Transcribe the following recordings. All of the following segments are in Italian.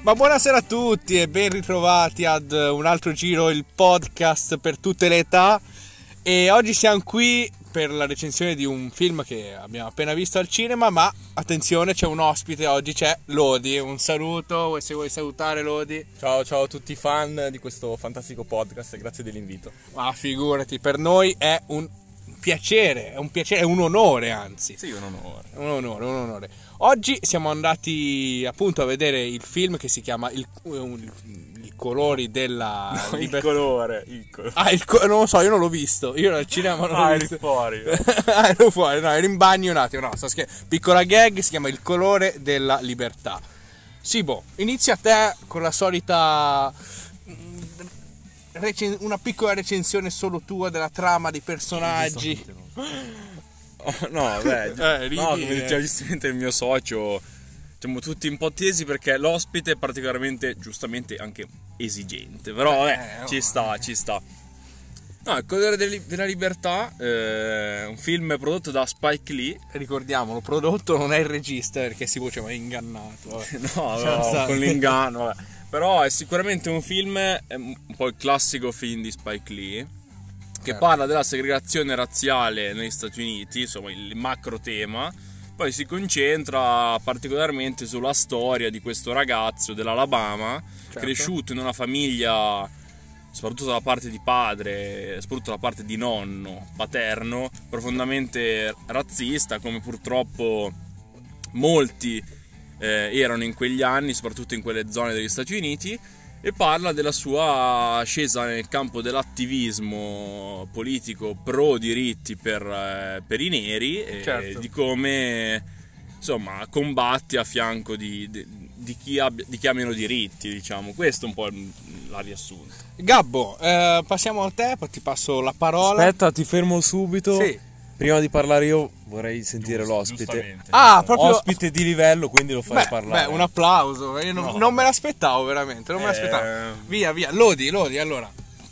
Ma buonasera a tutti e ben ritrovati ad un altro giro, il podcast per tutte le età. E oggi siamo qui per la recensione di un film che abbiamo appena visto al cinema, ma attenzione, c'è un ospite oggi, c'è Lodi. Un saluto, se vuoi salutare Lodi. Ciao a tutti i fan di questo fantastico podcast e grazie dell'invito. Ma figurati, per noi è un piacere, è un onore anzi. Sì, un onore. Un onore. Oggi siamo andati appunto a vedere il film che si chiama I colori della libertà. Il colore. Non lo so, io non l'ho visto. Io al cinema non l'ho visto. Eri fuori. Ero fuori, no, ero in bagno un attimo. No, piccola gag, si chiama Il colore della libertà. Sibo, inizia te con la solita una piccola recensione solo tua della trama, dei personaggi. No, vabbè, ridi, come diceva giustamente il mio socio, siamo tutti un po' tesi perché l'ospite è particolarmente, giustamente, anche esigente. Però vabbè, ci sta. No, Il colore della libertà, un film prodotto da Spike Lee. Ricordiamolo, prodotto non è il regista perché si voce ma è ingannato. No, con l'inganno, vabbè. Però è sicuramente un film, è un po' il classico film di Spike Lee, che parla della segregazione razziale negli Stati Uniti, insomma il macro tema. Poi si concentra particolarmente sulla storia di questo ragazzo dell'Alabama, cresciuto in una famiglia, soprattutto dalla parte di padre, soprattutto dalla parte di nonno paterno, profondamente razzista, come purtroppo molti erano in quegli anni, soprattutto in quelle zone degli Stati Uniti. E parla della sua ascesa nel campo dell'attivismo politico pro diritti per i neri e di come, insomma, combatti a fianco di chi ha meno diritti, diciamo. Questo è un po' la riassunto. Gabbo, passiamo a te, poi ti passo la parola. Aspetta, ti fermo subito. Sì. Prima di parlare io vorrei sentire l'ospite. Proprio Ospite di livello, quindi lo farei parlare. Un applauso. Io non me l'aspettavo veramente, non me l'aspettavo. Via. Lodi, allora.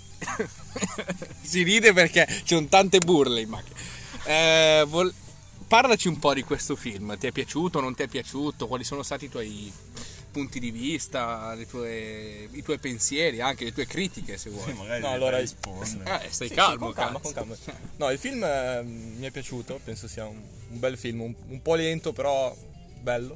Si ride perché ci sono tante burle in macchina. Parlaci un po' di questo film. Ti è piaciuto, non ti è piaciuto? Quali sono stati i tuoi punti di vista, i tuoi pensieri, anche le tue critiche, se vuoi? No, allora rispondere. Stai calmo, con calma. No, il film mi è piaciuto, penso sia un bel film, un po' lento però bello.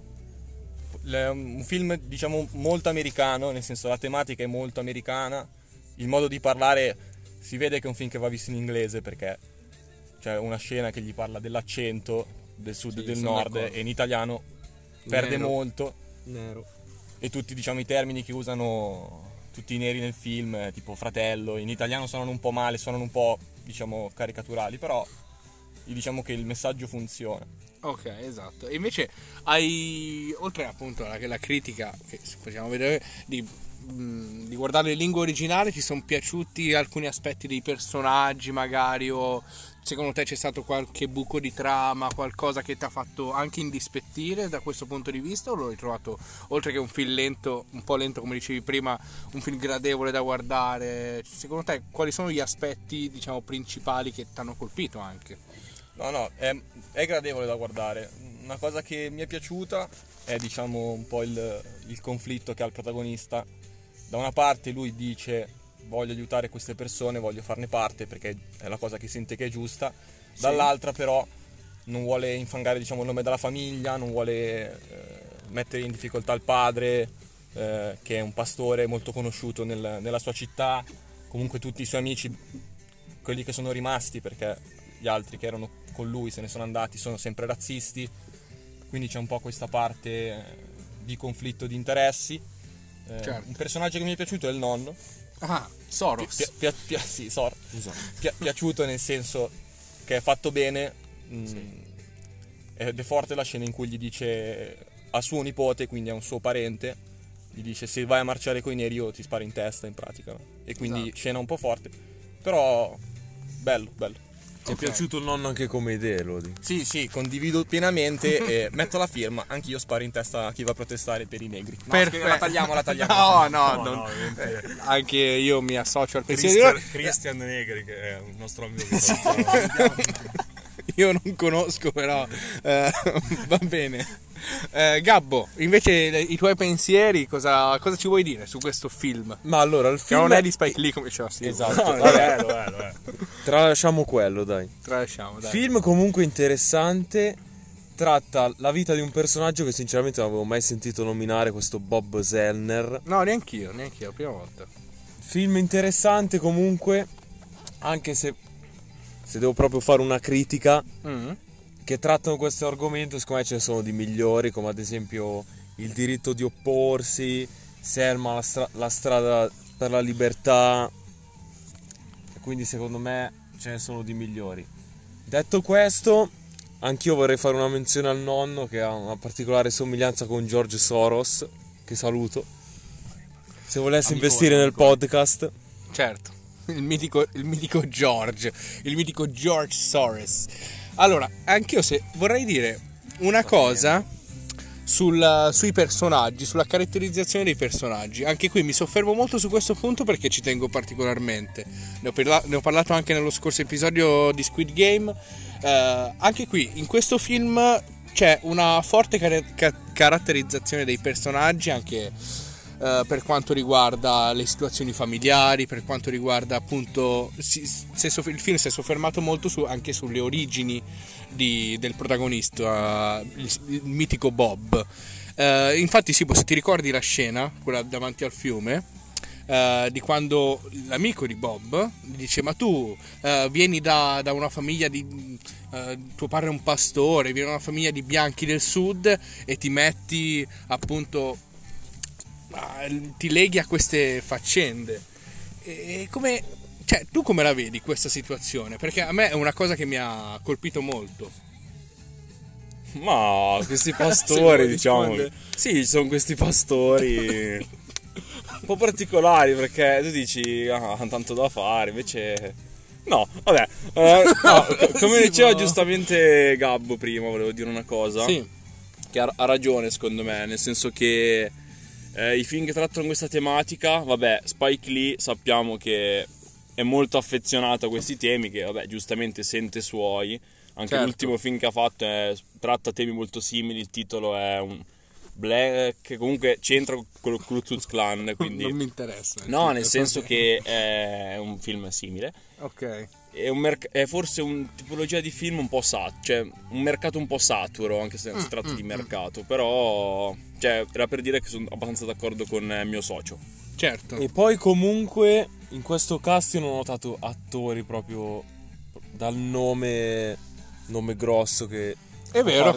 Un film, diciamo, molto americano, nel senso la tematica è molto americana, il modo di parlare si vede che è un film che va visto in inglese perché c'è una scena che gli parla dell'accento del sud e del nord e in italiano perde molto. Nero. E tutti, diciamo, i termini che usano tutti i neri nel film, tipo fratello, in italiano suonano un po' male, suonano un po', diciamo, caricaturali, però diciamo che il messaggio funziona. Ok, esatto. E invece hai, oltre appunto alla critica che possiamo vedere di guardare in lingua originale, ti sono piaciuti alcuni aspetti dei personaggi magari, o secondo te c'è stato qualche buco di trama, qualcosa che ti ha fatto anche indispettire da questo punto di vista, o l'hai trovato, oltre che un film lento, un po' lento come dicevi prima, un film gradevole da guardare? Secondo te quali sono gli aspetti, diciamo, principali che ti hanno colpito anche? No, è gradevole da guardare. Una cosa che mi è piaciuta è, diciamo, un po' il conflitto che ha il protagonista. Da una parte lui dice voglio aiutare queste persone, voglio farne parte perché è la cosa che sente che è giusta, dall'altra però non vuole infangare, diciamo, il nome della famiglia, non vuole mettere in difficoltà il padre, che è un pastore molto conosciuto nella sua città, comunque tutti i suoi amici, quelli che sono rimasti perché gli altri che erano con lui se ne sono andati, sono sempre razzisti, quindi c'è un po' questa parte di conflitto di interessi. Un personaggio che mi è piaciuto è il nonno. Soros. Sì, Soros. Piaciuto nel senso che è fatto bene. Ed è forte la scena in cui gli dice a suo nipote, quindi a un suo parente, gli dice se vai a marciare coi neri io ti sparo in testa, in pratica, no? E quindi scena un po' forte, però bello. Ti è piaciuto il nonno anche come idea, Lodi? Sì, condivido pienamente e metto la firma, anche io sparo in testa a chi va a protestare per i negri. Perfetto. La tagliamo. No, anche io mi associo al pensiero Christian Negri, che è un nostro amico io non conosco, però va bene. Gabbo, invece i tuoi pensieri, cosa ci vuoi dire su questo film? Ma allora, il Che film non è di Spike Lee come diceva Silvio. Esatto. Bello. Tralasciamo quello, dai. Tralasciamo, dai. Film comunque interessante. Tratta la vita di un personaggio che sinceramente non avevo mai sentito nominare, questo Bob Zellner. No, neanch'io, prima volta. Film interessante comunque, anche se devo proprio fare una critica, che trattano questo argomento, secondo me ce ne sono di migliori, come ad esempio il diritto di opporsi, Selma, la strada per la libertà, e quindi secondo me ce ne sono di migliori. Detto questo, anch'io vorrei fare una menzione al nonno, che ha una particolare somiglianza con George Soros, che saluto. Se volesse investire nel podcast. Certo, il mitico George, il mitico George Soros. Allora, anch'io vorrei dire una cosa sui personaggi, sulla caratterizzazione dei personaggi. Anche qui mi soffermo molto su questo punto perché ci tengo particolarmente. Ne ho parlato anche nello scorso episodio di Squid Game. Anche qui, in questo film, c'è una forte caratterizzazione dei personaggi, anche per quanto riguarda le situazioni familiari, per quanto riguarda appunto il film si è soffermato molto anche sulle origini del protagonista, il mitico Bob. Infatti se ti ricordi la scena, quella davanti al fiume, di quando l'amico di Bob gli dice: ma tu vieni da una famiglia tuo padre è un pastore, vieni da una famiglia di bianchi del sud e ti metti appunto, ti leghi a queste faccende. E come, cioè, tu come la vedi questa situazione? Perché a me è una cosa che mi ha colpito molto. Ma questi pastori, diciamo. Sì, sono questi pastori un po' particolari, perché tu dici hanno tanto da fare, invece no, vabbè. No, come diceva giustamente Gabbo prima, volevo dire una cosa. Sì. Che ha ragione secondo me, nel senso che i film che trattano questa tematica, vabbè, Spike Lee sappiamo che è molto affezionato a questi temi, che vabbè giustamente sente suoi. Anche certo. L'ultimo film che ha fatto tratta temi molto simili, il titolo è un Black, comunque c'entra con lo Ku Klux Klan, quindi non mi interessa. no, nel senso che è un film simile. Ok. È forse una tipologia di film un po' cioè un mercato un po' saturo, anche se non si tratta di mercato, però cioè, era per dire che sono abbastanza d'accordo con mio socio. Certo. E poi comunque in questo cast io non ho notato attori proprio dal nome grosso che... È vero,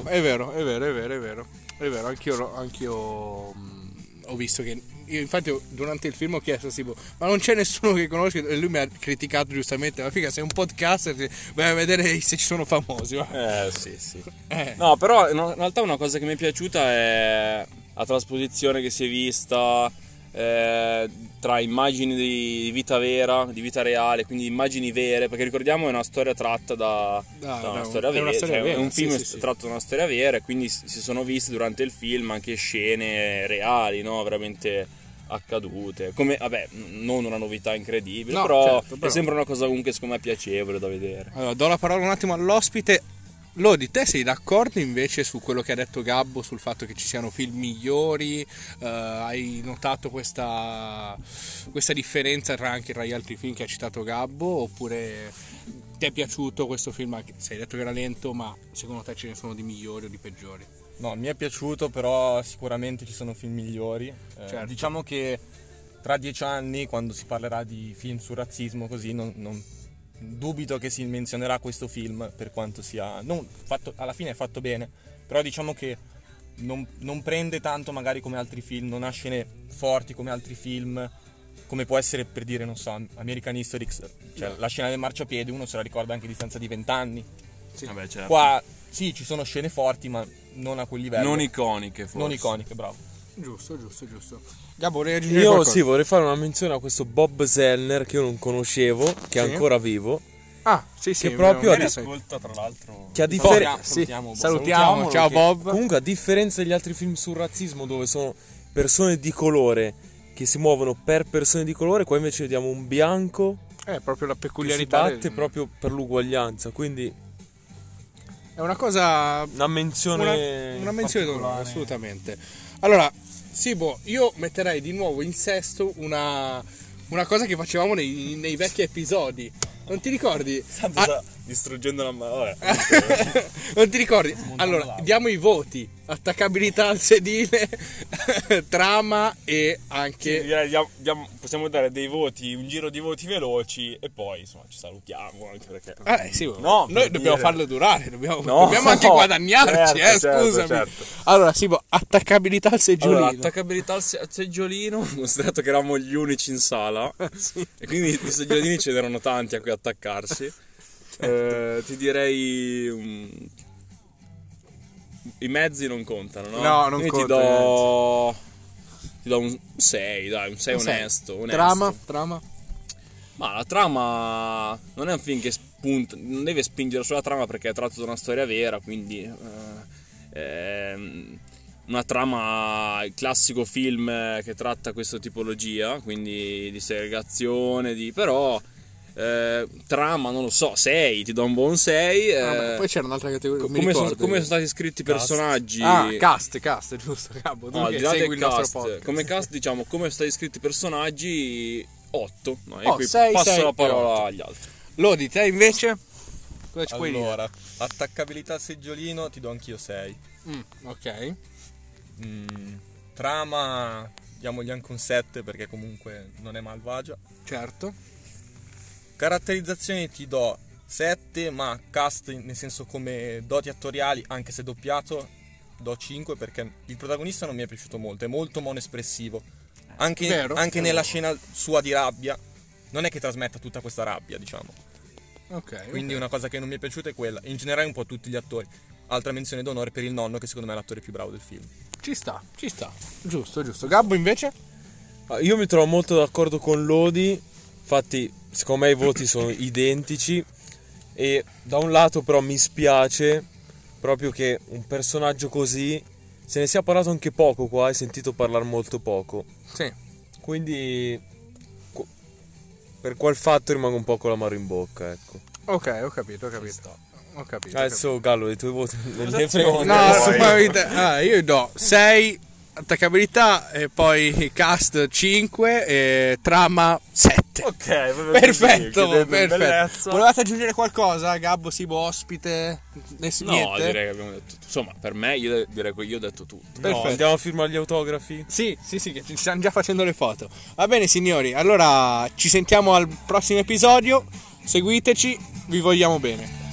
anch'io ho visto che... Io infatti durante il film ho chiesto tipo, ma non c'è nessuno che conosci? E lui mi ha criticato giustamente: ma figa, sei un podcaster, vai a vedere se ci sono famosi. Sì. No, però in realtà una cosa che mi è piaciuta è la trasposizione che si è vista tra immagini di vita vera, di vita reale, quindi immagini vere, perché ricordiamo è una storia tratta da una storia vera, è un film tratto da una storia vera, e quindi si sono viste durante il film anche scene reali, no? Veramente accadute, come vabbè, non una novità incredibile, però sembra una cosa comunque secondo me piacevole da vedere. Allora, do la parola un attimo all'ospite. Lodi, te sei d'accordo invece su quello che ha detto Gabbo, sul fatto che ci siano film migliori? Hai notato questa differenza anche tra gli altri film che ha citato Gabbo? Oppure ti è piaciuto questo film? Anche se hai detto che era lento, ma secondo te ce ne sono di migliori o di peggiori? No, mi è piaciuto, però sicuramente ci sono film migliori. Certo. Diciamo che tra 10 anni, quando si parlerà di film sul razzismo, così non dubito che si menzionerà questo film, per quanto sia alla fine è fatto bene, però diciamo che non prende tanto magari come altri film, non ha scene forti come altri film, come può essere, per dire, non so, American History X, cioè la scena del marciapiede uno se la ricorda anche a distanza di 20 anni. Sì. Vabbè, certo. Qua sì, ci sono scene forti, ma non a quel livello. Non iconiche, forse. Non iconiche, bravo. Giusto. Gabbo, vorrei aggiungere Io qualcosa? sì, vorrei fare una menzione a questo Bob Zellner che io non conoscevo, che è ancora vivo. Ah, sì, che proprio ascolta, tra l'altro. Che a salutiamo, ciao Bob. Comunque, a differenza degli altri film sul razzismo, dove sono persone di colore che si muovono per persone di colore, qua invece vediamo un bianco È proprio la che si peculiarità batte proprio per l'uguaglianza, quindi È una cosa... Una menzione... Una menzione d'onore, assolutamente. Allora, Sibo, io metterei di nuovo in sesto una cosa che facevamo nei vecchi episodi. Non ti ricordi? Tanto sta distruggendo la mano. Non ti ricordi? Allora, diamo i voti: attaccabilità al sedile, trama e anche... Sì, direi, possiamo dare dei voti, un giro di voti veloci e poi insomma ci salutiamo anche perché... sì, no, noi dobbiamo farlo durare, dobbiamo No, anche guadagnarci, certo, scusami. certo. Allora, Sibo, attaccabilità al seggiolino. Allora, attaccabilità al seggiolino, considerato che eravamo gli unici in sala e quindi di seggiolini ce n'erano tanti a cui attaccarsi. Ti direi i mezzi non contano, no? No, non quindi contano. Ti do un 6, dai, un 6 Un sei. onesto. Trama. Ma la trama non è un film che spunta, non deve spingere sulla trama perché è tratto da una storia vera, quindi una trama, il classico film che tratta questa tipologia, quindi di segregazione, però trama non lo so, 6, ti do un buon 6. Poi c'era un'altra categoria. Come sono stati scritti i personaggi? Cast, giusto, Gabbo. No, al di là del cast, come cast diciamo come sono stati scritti i personaggi 8, no, e qui 6, passo 6 la parola 8. agli altri. Lodi, te invece? Cosa ci puoi dire? Allora, attaccabilità al seggiolino ti do anch'io 6. Ok. Trama diamogli anche un 7 perché comunque non è malvagia. Certo. Caratterizzazione ti do 7, ma cast nel senso come doti attoriali, anche se doppiato, do 5 perché il protagonista non mi è piaciuto molto, è molto monoespressivo. Anche nella scena sua di rabbia, non è che trasmetta tutta questa rabbia, diciamo. Ok. Quindi una cosa che non mi è piaciuta è quella. In generale un po' tutti gli attori. Altra menzione d'onore per il nonno, che secondo me è l'attore più bravo del film. Ci sta. Giusto. Gabbo invece? Io mi trovo molto d'accordo con Lodi, infatti secondo me i voti sono identici e da un lato però mi spiace proprio che un personaggio così se ne sia parlato anche poco qua, hai sentito parlare molto poco. Sì. Quindi per quel fatto rimango un po' con l'amaro in bocca, ecco. Ok, ho capito. Adesso Gallo, i tuoi voti non ne No, assolutamente. Io do 6 attaccabilità e poi cast 5 e trama 7. Ok, Perfetto. Bellezza. Volevate aggiungere qualcosa? Gabbo, Sibo, ospite? No, Niente? direi che abbiamo detto tutto. Insomma, per me io direi che io ho detto tutto. Perfetto. No, andiamo a firmare gli autografi? Sì, che ci stanno già facendo le foto. Va bene signori, allora ci sentiamo al prossimo episodio. Seguiteci, vi vogliamo bene.